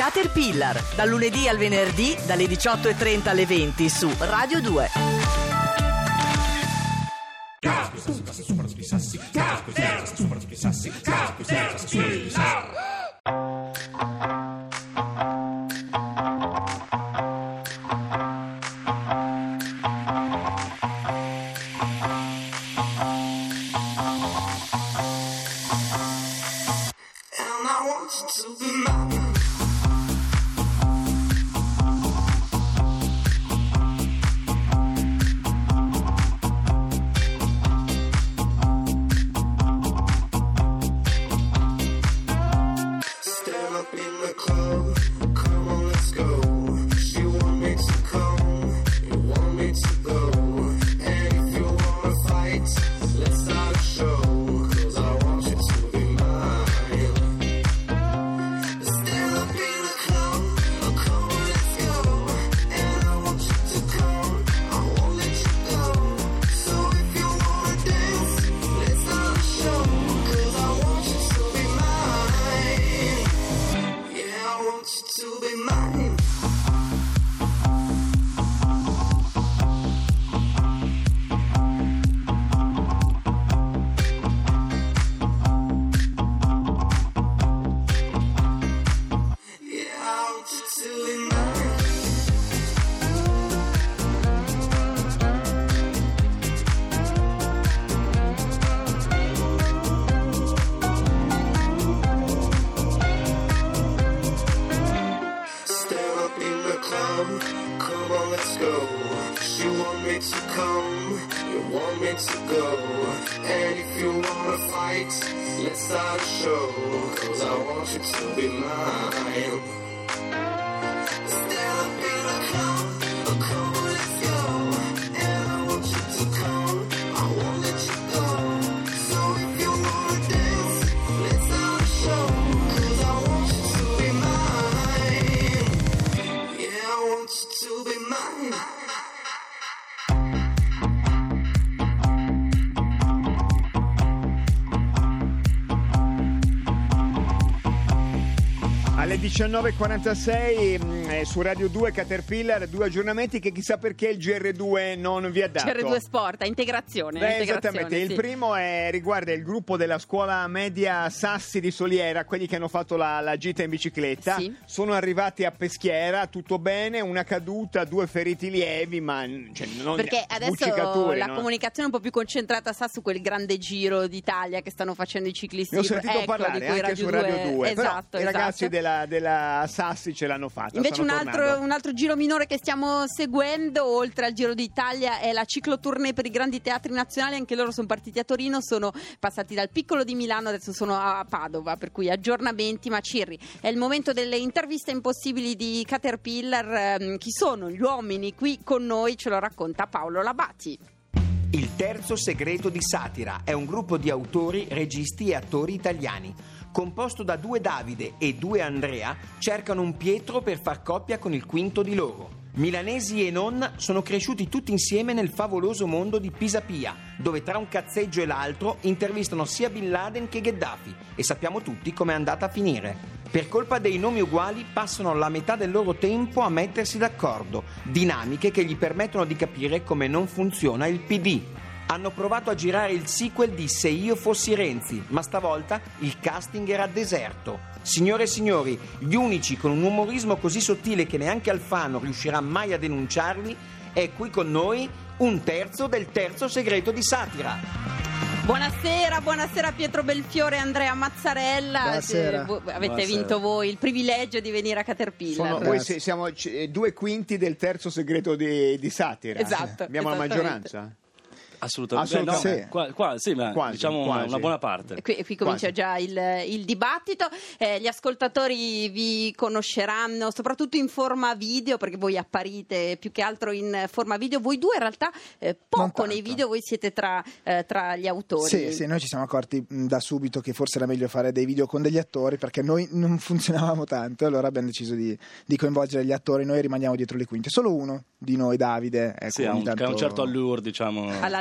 Caterpillar, dal lunedì al venerdì dalle 18:30 alle 20 su Radio 2. Let's start a show, 'cause I want you to be mine. Stand up in the club, come on, let's go. And I want you to come, I won't let you go. So if you wanna dance, let's start a show, 'cause I want you to be mine. Yeah, I want you to be mine. Alle 19.46 su Radio 2 Caterpillar, 2 aggiornamenti che chissà perché il GR2 non vi ha dato. GR2 Sport, integrazione. Esattamente, sì. Il primo riguarda il gruppo della scuola media Sassi di Soliera, quelli che hanno fatto la gita in bicicletta. Sì. Sono arrivati a Peschiera, tutto bene, una caduta, 2 feriti lievi, ma non perché adesso la comunicazione è un po' più concentrata su quel grande giro d'Italia che stanno facendo i ciclisti. Ne ho sentito parlare di cui anche su Radio 2. Esatto, però i ragazzi della Sassi ce l'hanno fatta. Invece un altro giro minore che stiamo seguendo, oltre al Giro d'Italia, è la ciclotournée per i grandi teatri nazionali. Anche loro sono partiti a Torino, sono passati dal Piccolo di Milano, adesso sono a Padova, per cui aggiornamenti. Ma Cirri, è il momento delle interviste impossibili di Caterpillar. Chi sono gli uomini qui con noi? Ce lo racconta Paolo Labati. Il terzo segreto di Satira è un gruppo di autori, registi e attori italiani. Composto da 2 Davide e 2 Andrea, cercano un Pietro per far coppia con il quinto di loro. Milanesi e non sono cresciuti tutti insieme nel favoloso mondo di Pisapia, dove tra un cazzeggio e l'altro intervistano sia Bin Laden che Gheddafi, e sappiamo tutti com'è andata a finire. Per colpa dei nomi uguali passano la metà del loro tempo a mettersi d'accordo, dinamiche che gli permettono di capire come non funziona il PD. Hanno provato a girare il sequel di Se io fossi Renzi, ma stavolta il casting era deserto. Signore e signori, gli unici con un umorismo così sottile che neanche Alfano riuscirà mai a denunciarli, è qui con noi un terzo del terzo segreto di Satira. Buonasera Pietro Belfiore e Andrea Mazzarella. Buonasera. Avete vinto voi il privilegio di venire a Caterpillar. Noi siamo 2 quinti del terzo segreto di Satira. Esatto. Abbiamo la maggioranza? Assolutamente. No, sì. Sì, ma quasi, diciamo quasi. una buona parte. Qui comincia già il dibattito. Gli ascoltatori vi conosceranno soprattutto in forma video, perché voi apparite più che altro in forma video. Voi due in realtà poco nei video, voi siete tra gli autori. Sì, noi ci siamo accorti da subito che forse era meglio fare dei video con degli attori, perché noi non funzionavamo tanto, allora abbiamo deciso di coinvolgere gli attori. Noi rimaniamo dietro le quinte, solo uno di noi, Davide, ha un certo allure, diciamo.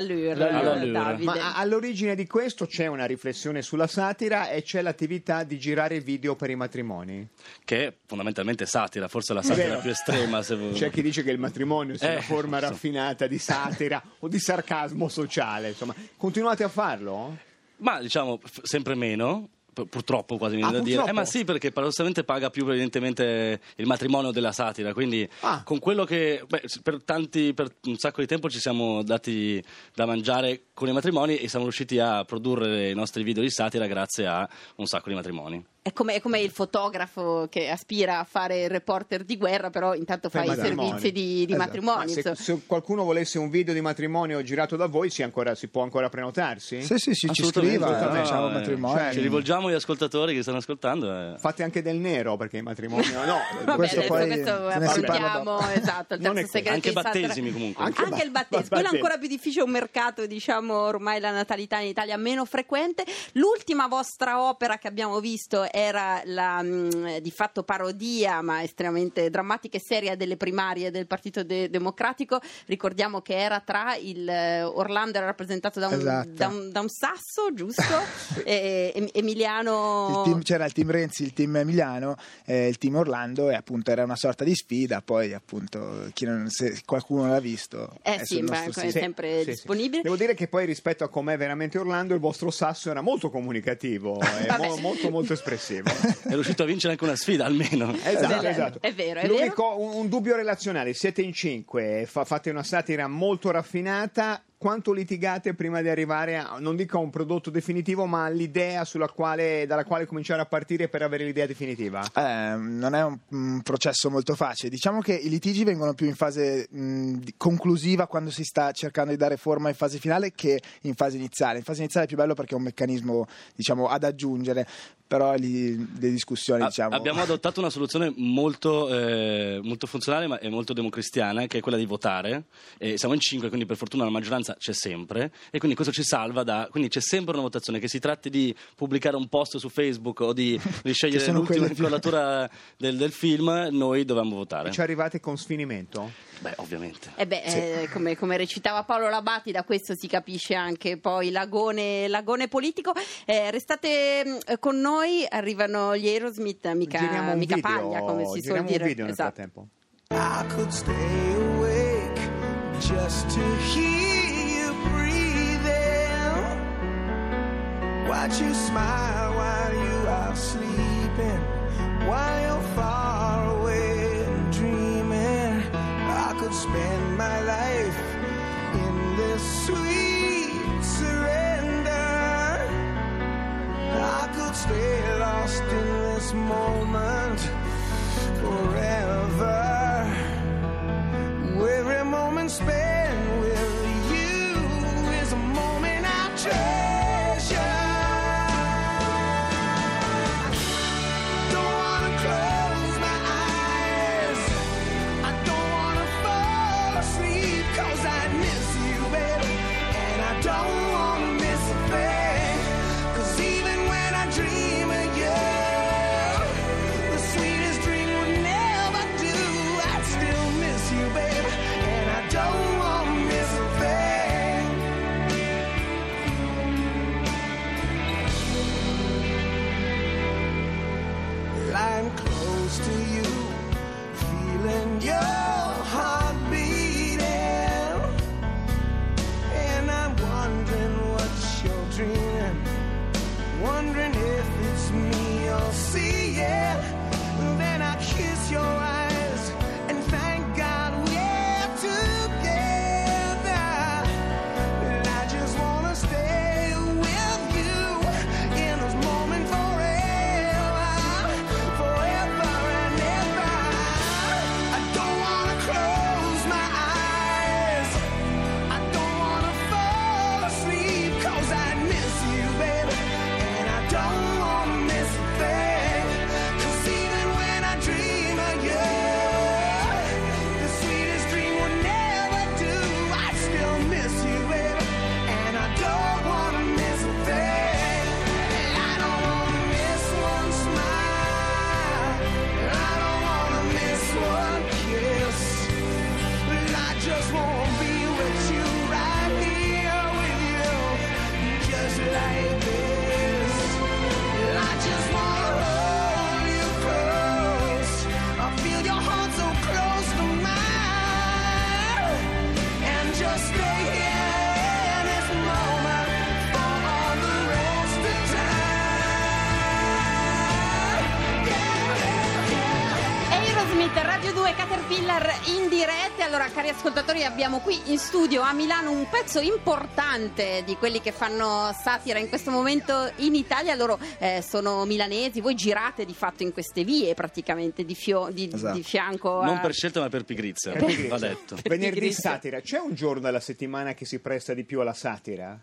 all'allure, Davide. Ma all'origine di questo c'è una riflessione sulla satira e c'è l'attività di girare video per i matrimoni. Che è fondamentalmente satira, forse la satira Vero. più estrema. Se vuoi. C'è chi dice che il matrimonio sia una forma insomma. raffinata di satira o di sarcasmo sociale, insomma. Continuate a farlo? Ma diciamo sempre meno. Purtroppo quasi mi viene da dire. purtroppo? Ma sì, perché paradossalmente paga più evidentemente il matrimonio della satira. Quindi con quello che per un sacco di tempo ci siamo dati da mangiare con i matrimoni e siamo riusciti a produrre i nostri video di satira grazie a un sacco di matrimoni. È come il fotografo che aspira a fare il reporter di guerra, però intanto fa Per i matrimoni. servizi di Esatto. matrimoni. Ma se qualcuno volesse un video di matrimonio girato da voi, si può ancora prenotarsi? Sì, ci Assolutamente, scriva, no, facciamo matrimoni. Ci rivolgiamo agli ascoltatori che stanno ascoltando. Fate anche del nero, perché i matrimoni no. Vabbè, questo adesso poi questo se ne si parla affrontiamo, dopo. esatto, il Non terzo è segreto Anche di satira. battesimi comunque. Anche il battesimo, quello è ancora più difficile, un mercato diciamo ormai la natalità in Italia meno frequente. L'ultima vostra opera che abbiamo visto era la di fatto parodia ma estremamente drammatica e seria delle primarie del Partito Democratico. Ricordiamo che era Orlando era rappresentato da un, Esatto. da un sasso, giusto? Emiliano C'era il team Renzi, il team Emiliano, il team Orlando, e appunto era una sorta di sfida. Poi appunto se qualcuno l'ha visto è sì, sul ma nostro è sito. sempre disponibile. Devo dire che poi rispetto a com'è veramente Orlando, il vostro sasso era molto comunicativo, è molto espressivo. È riuscito a vincere anche una sfida almeno. Esatto. È vero, L'unico, un dubbio relazionale, siete in 5, fate una satira molto raffinata. Quanto litigate prima di arrivare a, non dico a un prodotto definitivo, ma all'idea dalla quale cominciare a partire per avere l'idea definitiva? Non è un processo molto facile. Diciamo che i litigi vengono più in fase conclusiva, quando si sta cercando di dare forma in fase finale, che in fase iniziale. In fase iniziale è più bello perché è un meccanismo, diciamo, ad aggiungere, però le discussioni, diciamo. Abbiamo adottato una soluzione molto funzionale ma è molto democristiana, che è quella di votare. Siamo in 5, quindi per fortuna la maggioranza c'è sempre, e quindi questo ci salva quindi c'è sempre una votazione, che si tratti di pubblicare un post su Facebook o di scegliere sono l'ultima quelle più- incollatura del film, noi dovevamo votare. Ci arrivate con sfinimento? Beh, ovviamente. Come recitava Paolo Labati, da questo si capisce anche poi l'agone politico. Restate con noi, arrivano gli Aerosmith, mica paglia, come si suol dire. Un video nel Esatto. frattempo. I could stay awake just to hear you breathing. Watch you smile while you are sleeping, while you're far away and dreaming. I could spend my life in this sweet surrender. I could stay lost in this moment forever. Every moment spent with you is a moment I treasure. Don't wanna close my eyes, I don't wanna fall asleep, 'cause I miss you, baby, and I don't wanna miss a thing. 'Cause even when I dream of you, the sweetest dream would never do. I still miss you, baby, and I don't want to miss a thing. Lying close to you, feeling your heart beating, and I'm wondering what you're dreaming, wondering if it's me you're seeing. Then I kiss your eyes and thank God we're together. And I just wanna stay with you in this moment forever, forever and Radio 2 Caterpillar in diretta. Allora, cari ascoltatori, abbiamo qui in studio a Milano un pezzo importante di quelli che fanno satira in questo momento in Italia. Loro sono milanesi, voi girate di fatto in queste vie praticamente di fianco a... Non per scelta ma per pigrizia, va detto. Venerdì satira, c'è un giorno della settimana che si presta di più alla satira?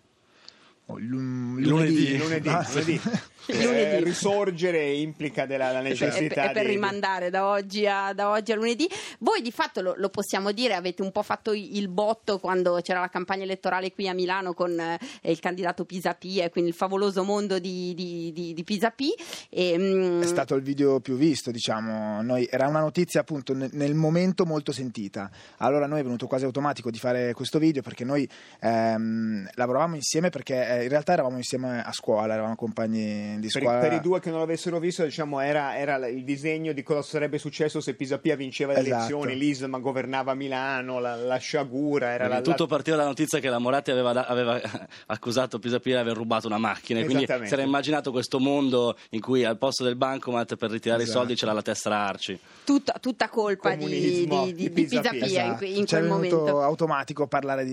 Lunedì. Lunedì. Risorgere implica la necessità è per rimandare da oggi a lunedì. Voi di fatto lo possiamo dire, avete un po' fatto il botto quando c'era la campagna elettorale qui a Milano con il candidato Pisapia, quindi il favoloso mondo di Pisapia. È stato il video più visto, diciamo. Era una notizia appunto nel momento molto sentita, allora noi è venuto quasi automatico di fare questo video, perché noi lavoravamo insieme, perché in realtà eravamo insieme a scuola, eravamo compagni di scuola. Per i due che non l'avessero visto, diciamo, era il disegno di cosa sarebbe successo se Pisapia vinceva le elezioni, l'Isma governava Milano, la sciagura. Tutto partiva dalla notizia che la Moratti aveva accusato Pisapia di aver rubato una macchina, quindi si era immaginato questo mondo in cui al posto del bancomat per ritirare i soldi c'era la tessera Arci. Tutta colpa di Pisapia in quel momento. È venuto automatico parlare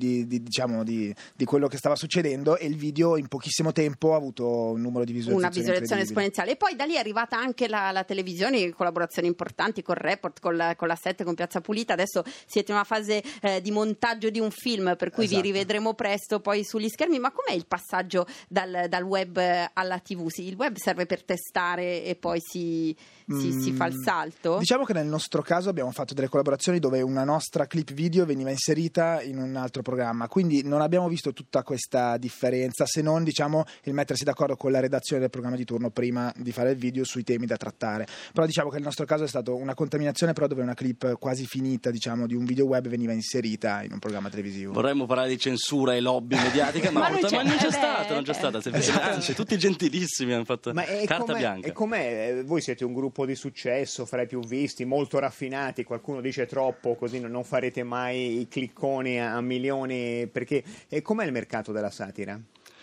di quello che stava succedendo, e il video in pochissimo tempo ha avuto un numero di visualizzazione esponenziale. E poi da lì è arrivata anche la televisione, collaborazioni importanti con Report, con la 7, con Piazza Pulita. Adesso siete in una fase di montaggio di un film, per cui vi rivedremo presto poi sugli schermi. Ma com'è il passaggio dal web alla TV? Il web serve per testare e poi si fa il salto? Diciamo che nel nostro caso abbiamo fatto delle collaborazioni dove una nostra clip video veniva inserita in un altro programma, quindi non abbiamo visto tutta questa differenza, se non, diciamo, il mettersi d'accordo con la redazione del programma di turno prima di fare il video sui temi da trattare. Però diciamo che nel nostro caso è stato una contaminazione, però dove una clip quasi finita, diciamo, di un video web veniva inserita in un programma televisivo. Vorremmo parlare di censura e lobby mediatica, ma non c'è stata. Anzi, tutti gentilissimi, hanno fatto carta bianca. E com'è? Voi siete un gruppo di successo, fra i più visti, molto raffinati, qualcuno dice troppo, così non farete mai i clicconi a milioni, perché com'è il mercato della satira?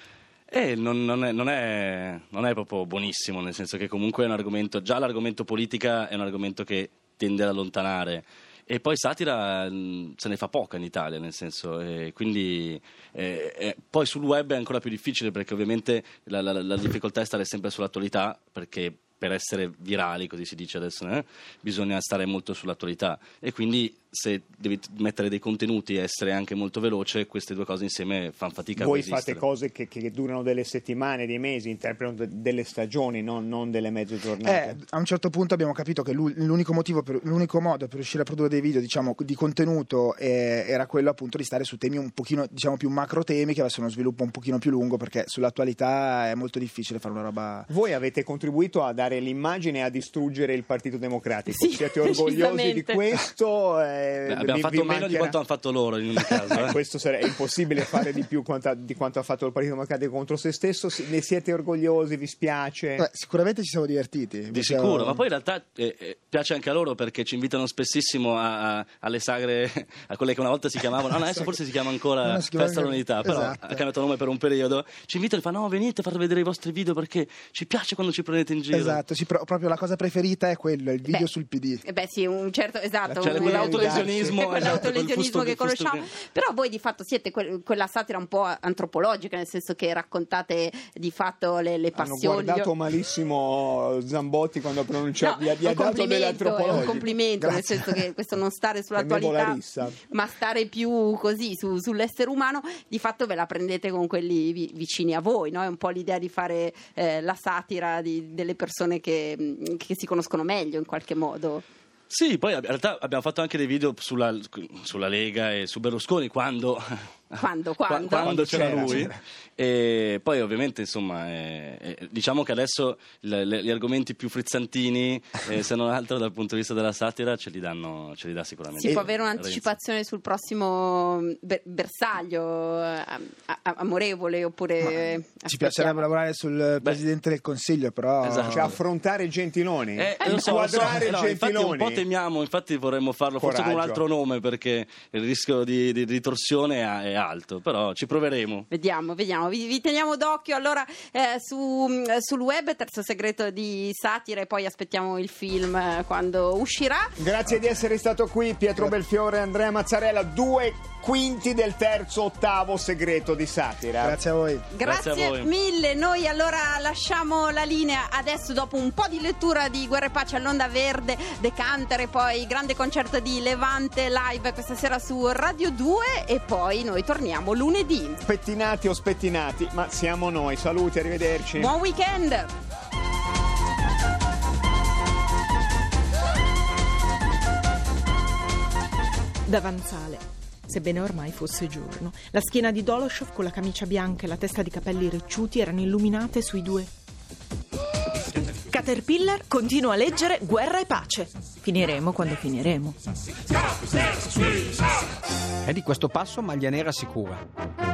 Non è proprio buonissimo, nel senso che comunque è un argomento, già l'argomento politica è un argomento che tende ad allontanare, e poi satira se ne fa poca in Italia, nel senso, quindi poi sul web è ancora più difficile, perché ovviamente la difficoltà è stare sempre sull'attualità, perché per essere virali, così si dice adesso, bisogna stare molto sull'attualità, e quindi se devi mettere dei contenuti e essere anche molto veloce, queste due cose insieme fanno fatica a coesistere. Voi fate cose che durano delle settimane, dei mesi, interpretano delle stagioni, non delle mezze giornate. A un certo punto abbiamo capito che l'unico modo per riuscire a produrre dei video, diciamo, di contenuto era quello appunto di stare su temi un pochino, diciamo, più macro temi, che avessero uno sviluppo un pochino più lungo, perché sull'attualità è molto difficile fare una roba. Voi avete contribuito a dare l'immagine e a distruggere il Partito Democratico. Siete orgogliosi di questo? Abbiamo fatto meno di quanto hanno fatto loro in ogni caso. Questo è impossibile fare di più di quanto ha fatto il Partito Democratico contro se stesso. Ne siete orgogliosi? Vi spiace? Sicuramente ci siamo divertiti. Di sicuro, ma poi in realtà piace anche a loro, perché ci invitano spessissimo alle sagre, a quelle che una volta si chiamavano, adesso forse si chiama ancora Festa dell'Unità, però ha cambiato nome per un periodo. Ci invitano e fanno: no, venite, fate vedere i vostri video, perché ci piace quando ci prendete in giro. Esatto, proprio la cosa preferita è quello, il video sul PD. Sì, un certo, esatto, cioè, l'autolesionismo che conosciamo. Però voi di fatto siete quella satira un po' antropologica, nel senso che raccontate di fatto le passioni. Hanno guardato malissimo Zambotti quando ha pronunciato, gli ha dato dell'antropologico. È un complimento, nel senso che questo non stare sull'attualità, ma stare più così sull'essere umano, di fatto ve la prendete con quelli vicini a voi, no? È un po' l'idea di fare la satira delle persone che si conoscono meglio in qualche modo. Sì, poi in realtà abbiamo fatto anche dei video sulla Lega e su Berlusconi quando c'era lui. E poi ovviamente, insomma, diciamo che adesso gli argomenti più frizzantini, se non altro dal punto di vista della satira, ce li dà sicuramente. Si può avere un'anticipazione sul prossimo bersaglio amorevole, oppure ci piacerebbe lavorare sul Presidente del Consiglio, però esatto. Cioè affrontare Gentiloni, inquadrare Gentiloni. Infatti vorremmo farlo forse con un altro nome, perché il rischio di ritorsione è alto, però ci proveremo. Vediamo, vi teniamo d'occhio allora sul web, Terzo segreto di Satira, e poi aspettiamo il film quando uscirà. Grazie di essere stato qui, Pietro Belfiore e Andrea Mazzarella, 2/5 del terzo ottavo segreto di Satira. Grazie a voi. Grazie a voi. Mille. Noi allora lasciamo la linea adesso, dopo un po' di lettura di Guerra e Pace all'Onda Verde, Decanter e poi grande concerto di Levante Live questa sera su Radio 2, e poi noi torniamo lunedì. Pettinati o spettinati, ma siamo noi. Saluti, arrivederci. Buon weekend. Davanzale, sebbene ormai fosse giorno. La schiena di Doloshov con la camicia bianca e la testa di capelli ricciuti erano illuminate sui due. Caterpillar continua a leggere Guerra e Pace. Finiremo quando finiremo. È di questo passo Maglia Nera sicura.